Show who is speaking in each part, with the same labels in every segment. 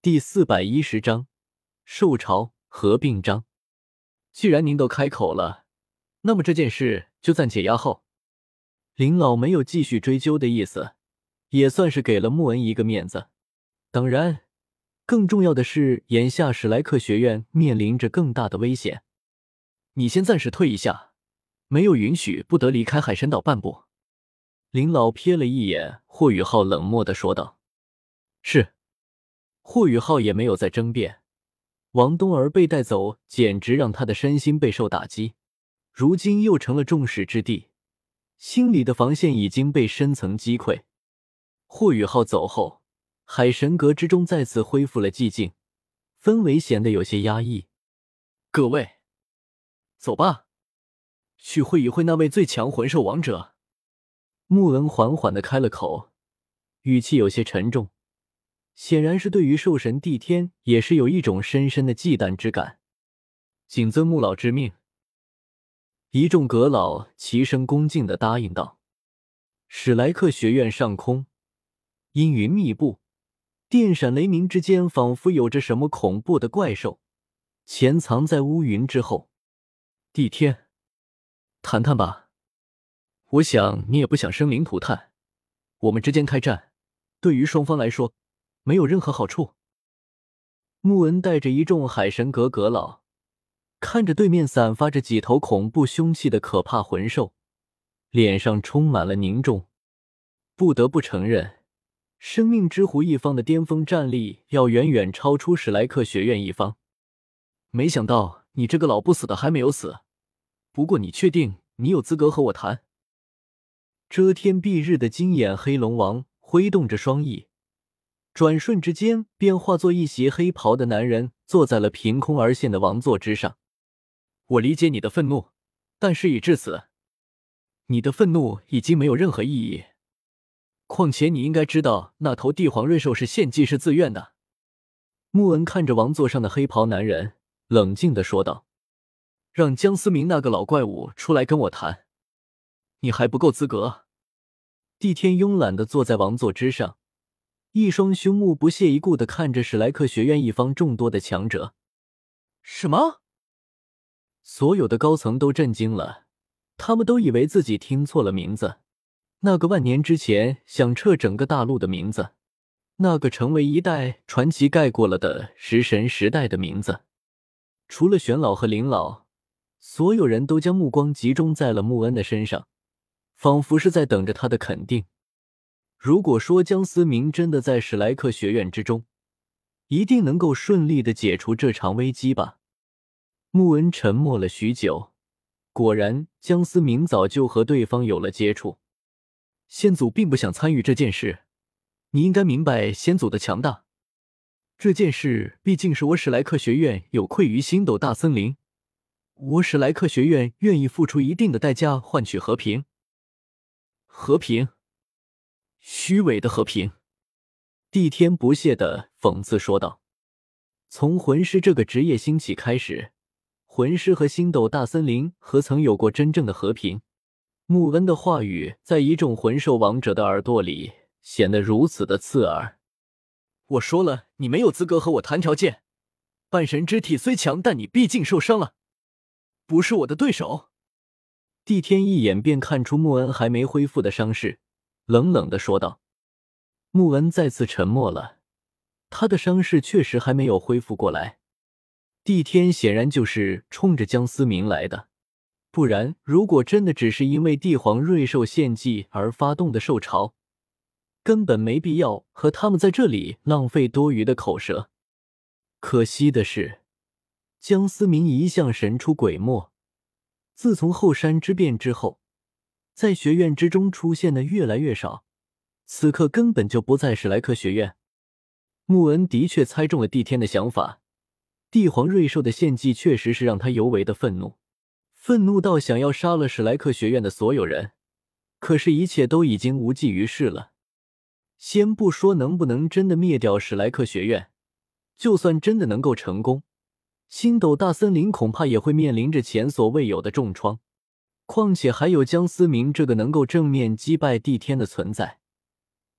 Speaker 1: 第410章受潮合并章。既然您都开口了，那么这件事就暂且压后。林老没有继续追究的意思，也算是给了穆恩一个面子。当然，更重要的是，眼下史莱克学院面临着更大的危险。你先暂时退一下，没有允许不得离开海神岛半步。林老瞥了一眼霍雨浩，冷漠地说道：“是。”霍雨浩也没有再争辩。王冬儿被带走，简直让他的身心备受打击。如今又成了众矢之的，心里的防线已经被深层击溃。霍雨浩走后，海神阁之中再次恢复了寂静，氛围显得有些压抑。各位，走吧，去会一会那位最强魂兽王者。穆恩缓缓地开了口，语气有些沉重。显然是对于兽神帝天也是有一种深深的忌惮之感。谨遵穆老之命。一众阁老齐声恭敬地答应道。史莱克学院上空，阴云密布，电闪雷鸣之间，仿佛有着什么恐怖的怪兽潜藏在乌云之后。帝天，谈谈吧。我想你也不想生灵涂炭，我们之间开战，对于双方来说没有任何好处。穆恩带着一众海神阁阁老，看着对面散发着几头恐怖凶器的可怕魂兽，脸上充满了凝重。不得不承认，生命之湖一方的巅峰战力要远远超出史莱克学院一方。没想到你这个老不死的还没有死，不过你确定你有资格和我谈？遮天蔽日的金眼黑龙王挥动着双翼，转瞬之间便化作一袭黑袍的男人，坐在了凭空而现的王座之上。我理解你的愤怒，但事已至此，你的愤怒已经没有任何意义。况且你应该知道，那头帝皇瑞兽是献祭，是自愿的。穆恩看着王座上的黑袍男人，冷静地说道：“让江思明那个老怪物出来跟我谈，你还不够资格。”帝天慵懒地坐在王座之上，一双凶目不屑一顾地看着史莱克学院一方众多的强者。什么？所有的高层都震惊了，他们都以为自己听错了名字。那个万年之前响彻整个大陆的名字，那个成为一代传奇盖过了的食神时代的名字。除了玄老和林老，所有人都将目光集中在了穆恩的身上，仿佛是在等着他的肯定。如果说江思明真的在史莱克学院之中，一定能够顺利地解除这场危机吧。穆恩沉默了许久，果然江思明早就和对方有了接触。先祖并不想参与这件事，你应该明白先祖的强大。这件事毕竟是我史莱克学院有愧于星斗大森林，我史莱克学院愿意付出一定的代价换取和平。和平？虚伪的和平。帝天不屑地讽刺说道。从魂师这个职业兴起开始，魂师和星斗大森林何曾有过真正的和平？穆恩的话语在一众魂兽王者的耳朵里显得如此的刺耳。我说了，你没有资格和我谈条件。半神之体虽强，但你毕竟受伤了，不是我的对手。帝天一眼便看出穆恩还没恢复的伤势，冷冷地说道。穆恩再次沉默了，他的伤势确实还没有恢复过来。帝天显然就是冲着江思明来的，不然如果真的只是因为帝皇瑞兽献祭而发动的兽潮，根本没必要和他们在这里浪费多余的口舌。可惜的是，江思明一向神出鬼没，自从后山之变之后，在学院之中出现的越来越少，此刻根本就不在史莱克学院。穆恩的确猜中了帝天的想法，帝皇瑞兽的献祭确实是让他尤为的愤怒，愤怒到想要杀了史莱克学院的所有人，可是一切都已经无济于事了。先不说能不能真的灭掉史莱克学院，就算真的能够成功，星斗大森林恐怕也会面临着前所未有的重创。况且还有江思明这个能够正面击败帝天的存在，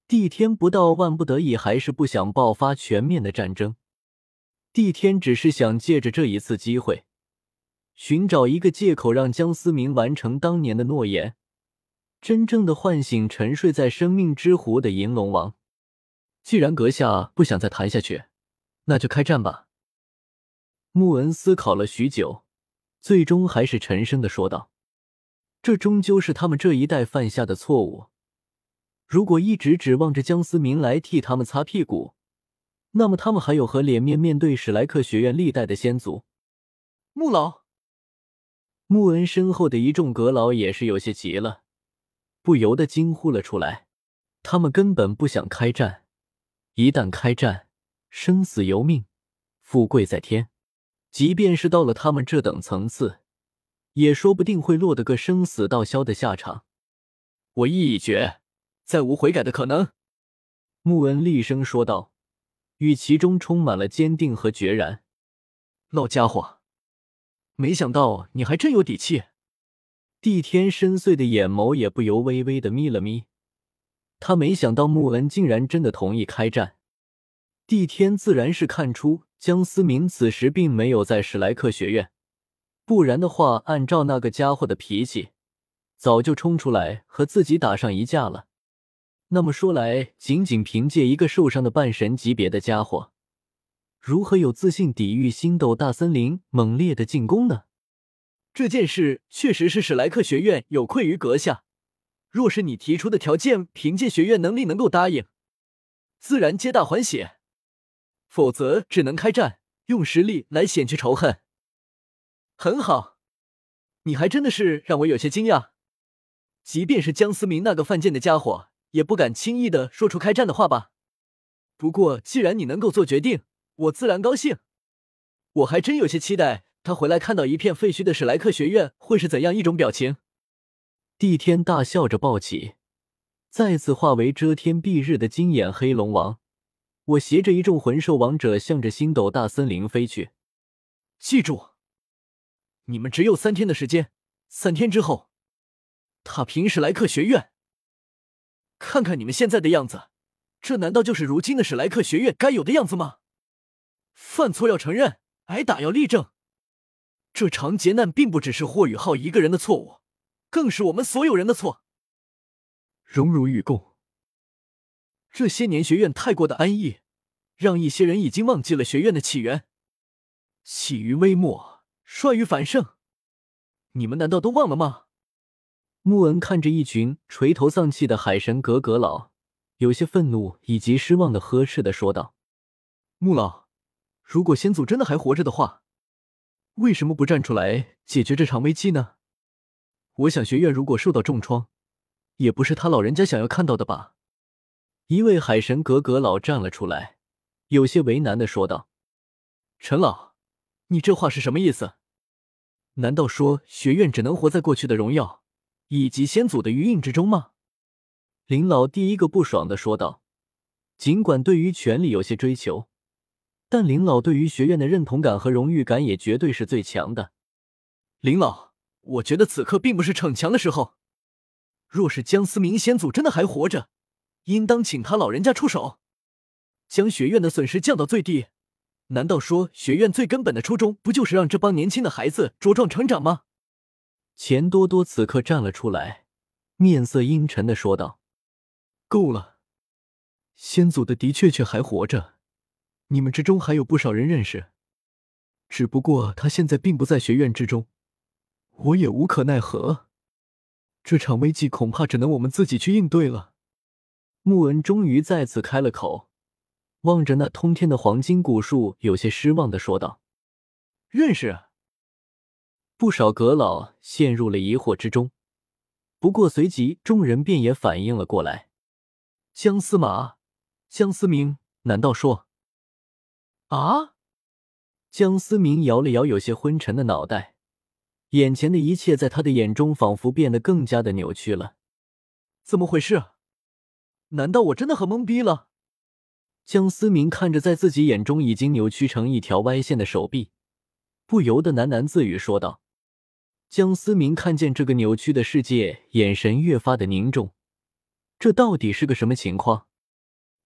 Speaker 1: 帝天不到万不得已还是不想爆发全面的战争，帝天只是想借着这一次机会，寻找一个借口让江思明完成当年的诺言，真正的唤醒沉睡在生命之湖的银龙王。既然阁下不想再谈下去，那就开战吧。穆恩思考了许久，最终还是沉声地说道，这终究是他们这一代犯下的错误。如果一直指望着江思明来替他们擦屁股，那么他们还有何脸面面对史莱克学院历代的先祖？穆老，穆恩身后的一众阁老也是有些急了，不由得惊呼了出来。他们根本不想开战，一旦开战，生死由命，富贵在天。即便是到了他们这等层次，也说不定会落得个生死道消的下场。我意已决，再无悔改的可能。穆恩厉声说道，语气中充满了坚定和决然。老家伙，没想到你还真有底气。帝天深邃的眼眸也不由微微的眯了眯，他没想到穆恩竟然真的同意开战。帝天自然是看出江思明此时并没有在史莱克学院，不然的话按照那个家伙的脾气，早就冲出来和自己打上一架了。那么说来，仅仅凭借一个受伤的半神级别的家伙，如何有自信抵御星斗大森林猛烈的进攻呢？这件事确实是史莱克学院有愧于阁下，若是你提出的条件凭借学院能力能够答应，自然皆大欢喜，否则只能开战，用实力来显去仇恨。很好，你还真的是让我有些惊讶，即便是江思明那个犯贱的家伙也不敢轻易的说出开战的话吧。不过既然你能够做决定，我自然高兴。我还真有些期待他回来看到一片废墟的史莱克学院会是怎样一种表情。帝天大笑着抱起，再次化为遮天蔽日的金眼黑龙王。我携着一众魂兽王者向着星斗大森林飞去。记住，你们只有3天的时间，3天之后踏平史莱克学院。看看你们现在的样子，这难道就是如今的史莱克学院该有的样子吗？犯错要承认，挨打要立正。这场劫难并不只是霍雨浩一个人的错误，更是我们所有人的错。荣辱与共。这些年学院太过的安逸，让一些人已经忘记了学院的起源。起于微末，衰于繁盛。你们难道都忘了吗？穆恩看着一群垂头丧气的海神阁老，有些愤怒以及失望的呵斥地说道：穆老，如果先祖真的还活着的话，为什么不站出来解决这场危机呢？我想学院如果受到重创，也不是他老人家想要看到的吧。一位海神阁老站了出来，有些为难地说道：陈老，你这话是什么意思？难道说学院只能活在过去的荣耀以及先祖的余荫之中吗？林老第一个不爽地说道。尽管对于权力有些追求，但林老对于学院的认同感和荣誉感也绝对是最强的。林老，我觉得此刻并不是逞强的时候。若是江思明先祖真的还活着，应当请他老人家出手，将学院的损失降到最低。难道说学院最根本的初衷不就是让这帮年轻的孩子茁壮成长吗？钱多多此刻站了出来，面色阴沉地说道：够了，先祖的确还活着，你们之中还有不少人认识，只不过他现在并不在学院之中，我也无可奈何。这场危机恐怕只能我们自己去应对了。穆恩终于再次开了口，望着那通天的黄金古树，有些失望地说道：认识。不少阁老陷入了疑惑之中，不过随即众人便也反应了过来。江司马，江思明，难道说……啊？江思明摇了摇有些昏沉的脑袋，眼前的一切在他的眼中仿佛变得更加的扭曲了。怎么回事？难道我真的很懵逼了？江思明看着在自己眼中已经扭曲成一条歪线的手臂，不由得喃喃自语说道。江思明看见这个扭曲的世界，眼神越发的凝重。这到底是个什么情况？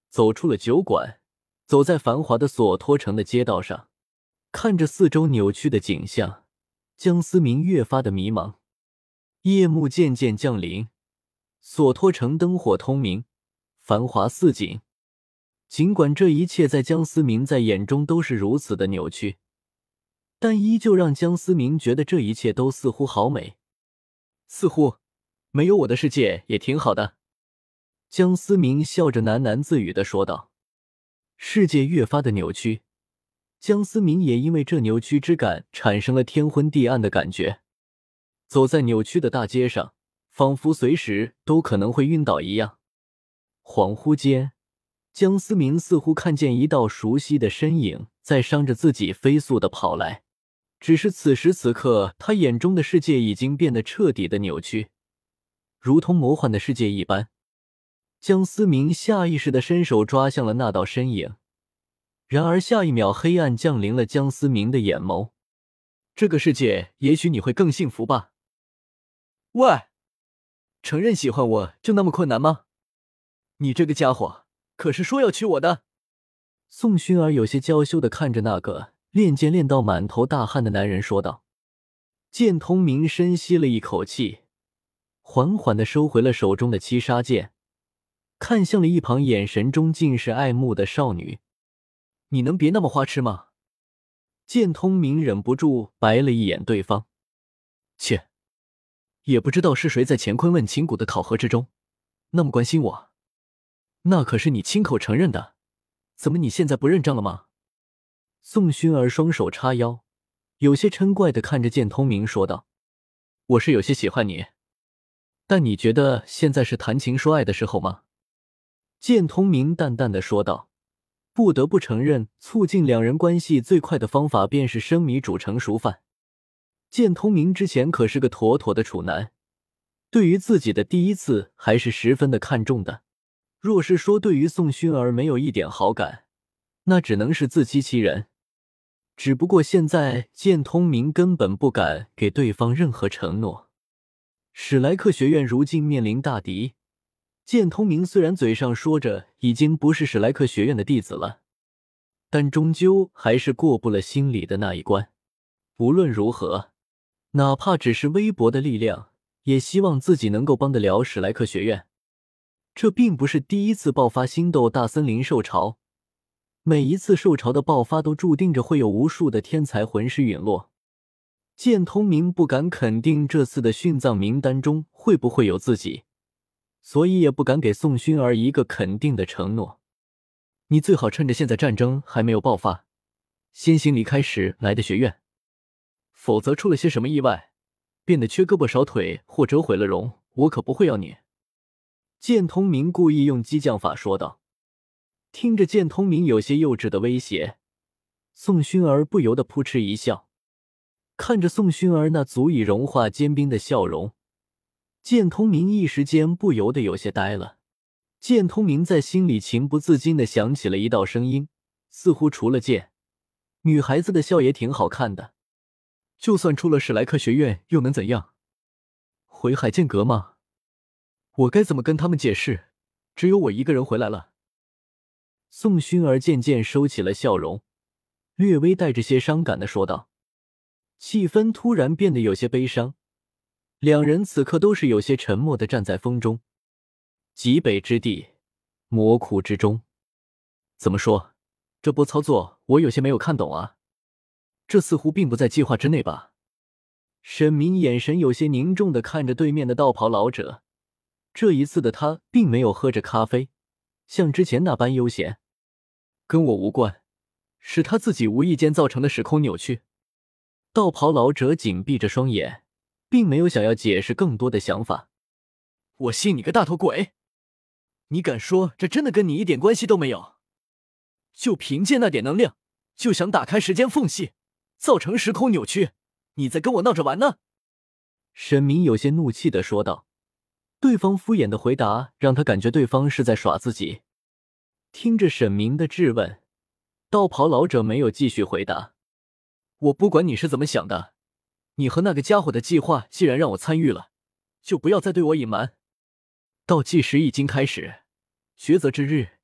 Speaker 1: 走出了酒馆，走在繁华的索托城的街道上，看着四周扭曲的景象，江思明越发的迷茫。夜幕渐渐降临，索托城灯火通明，繁华似锦。尽管这一切在江思明在眼中都是如此的扭曲，但依旧让江思明觉得这一切都似乎好美。似乎没有我的世界也挺好的。江思明笑着喃喃自语地说道。世界越发的扭曲，江思明也因为这扭曲之感产生了天昏地暗的感觉。走在扭曲的大街上，仿佛随时都可能会晕倒一样。恍惚间，江思明似乎看见一道熟悉的身影在伤着自己飞速地跑来，只是此时此刻他眼中的世界已经变得彻底的扭曲，如同魔幻的世界一般。江思明下意识地伸手抓向了那道身影，然而下一秒黑暗降临了江思明的眼眸。这个世界也许你会更幸福吧。喂，承认喜欢我就那么困难吗？你这个家伙可是说要娶我的。宋薰儿有些娇羞地看着那个练剑练到满头大汗的男人说道。剑通明深吸了一口气，缓缓地收回了手中的七杀剑，看向了一旁眼神中尽是爱慕的少女。你能别那么花痴吗？剑通明忍不住白了一眼对方。切，也不知道是谁在乾坤问情谷的考核之中那么关心我，那可是你亲口承认的，怎么你现在不认账了吗？宋薰儿双手叉腰，有些嗔怪地看着剑通明说道。我是有些喜欢你，但你觉得现在是谈情说爱的时候吗？剑通明淡淡地说道。不得不承认，促进两人关系最快的方法便是生米煮成熟饭。剑通明之前可是个妥妥的处男，对于自己的第一次还是十分的看重的。若是说对于宋薰儿没有一点好感，那只能是自欺欺人。只不过现在剑通明根本不敢给对方任何承诺。史莱克学院如今面临大敌，剑通明虽然嘴上说着已经不是史莱克学院的弟子了，但终究还是过不了心里的那一关。无论如何，哪怕只是微薄的力量，也希望自己能够帮得了史莱克学院。这并不是第一次爆发星斗大森林兽潮，每一次兽潮的爆发都注定着会有无数的天才魂师陨落。剑通明不敢肯定这次的殉葬名单中会不会有自己，所以也不敢给宋薰儿一个肯定的承诺。你最好趁着现在战争还没有爆发，先行离开时来的学院，否则出了些什么意外，变得缺胳膊少腿或者毁了容，我可不会要你。剑通明故意用激将法说道。听着剑通明有些幼稚的威胁，宋薰儿不由得扑哧一笑。看着宋薰儿那足以融化坚冰的笑容，剑通明一时间不由得有些呆了。剑通明在心里情不自禁地想起了一道声音，似乎除了剑，女孩子的笑也挺好看的。就算出了史莱克学院又能怎样？回海剑阁吗？我该怎么跟他们解释只有我一个人回来了？宋薰儿渐渐收起了笑容，略微带着些伤感地说道。气氛突然变得有些悲伤，两人此刻都是有些沉默地站在风中。极北之地，魔窟之中。怎么说，这波操作我有些没有看懂啊，这似乎并不在计划之内吧？沈明眼神有些凝重地看着对面的道袍老者，这一次的他并没有喝着咖啡，像之前那般悠闲。跟我无关，是他自己无意间造成的时空扭曲。道袍老者紧闭着双眼，并没有想要解释更多的想法。我信你个大头鬼！你敢说这真的跟你一点关系都没有？就凭借那点能量，就想打开时间缝隙，造成时空扭曲？你在跟我闹着玩呢？沈明有些怒气地说道。对方敷衍的回答让他感觉对方是在耍自己。听着沈明的质问，道袍老者没有继续回答。我不管你是怎么想的，你和那个家伙的计划既然让我参与了，就不要再对我隐瞒。倒计时已经开始，抉择之日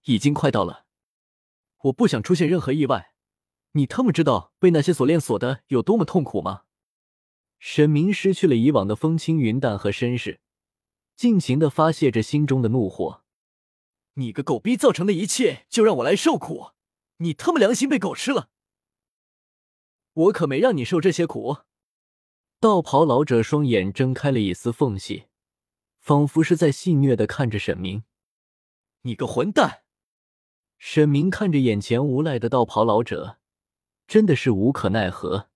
Speaker 1: 已经快到了。我不想出现任何意外，你他妈知道被那些锁链锁的有多么痛苦吗？沈明失去了以往的风轻云淡和绅士，尽情地发泄着心中的怒火。你个狗逼造成的一切就让我来受苦，你他妈良心被狗吃了！我可没让你受这些苦。道袍老者双眼睁开了一丝缝隙，仿佛是在戏谑地看着沈明。你个混蛋！沈明看着眼前无赖的道袍老者，真的是无可奈何。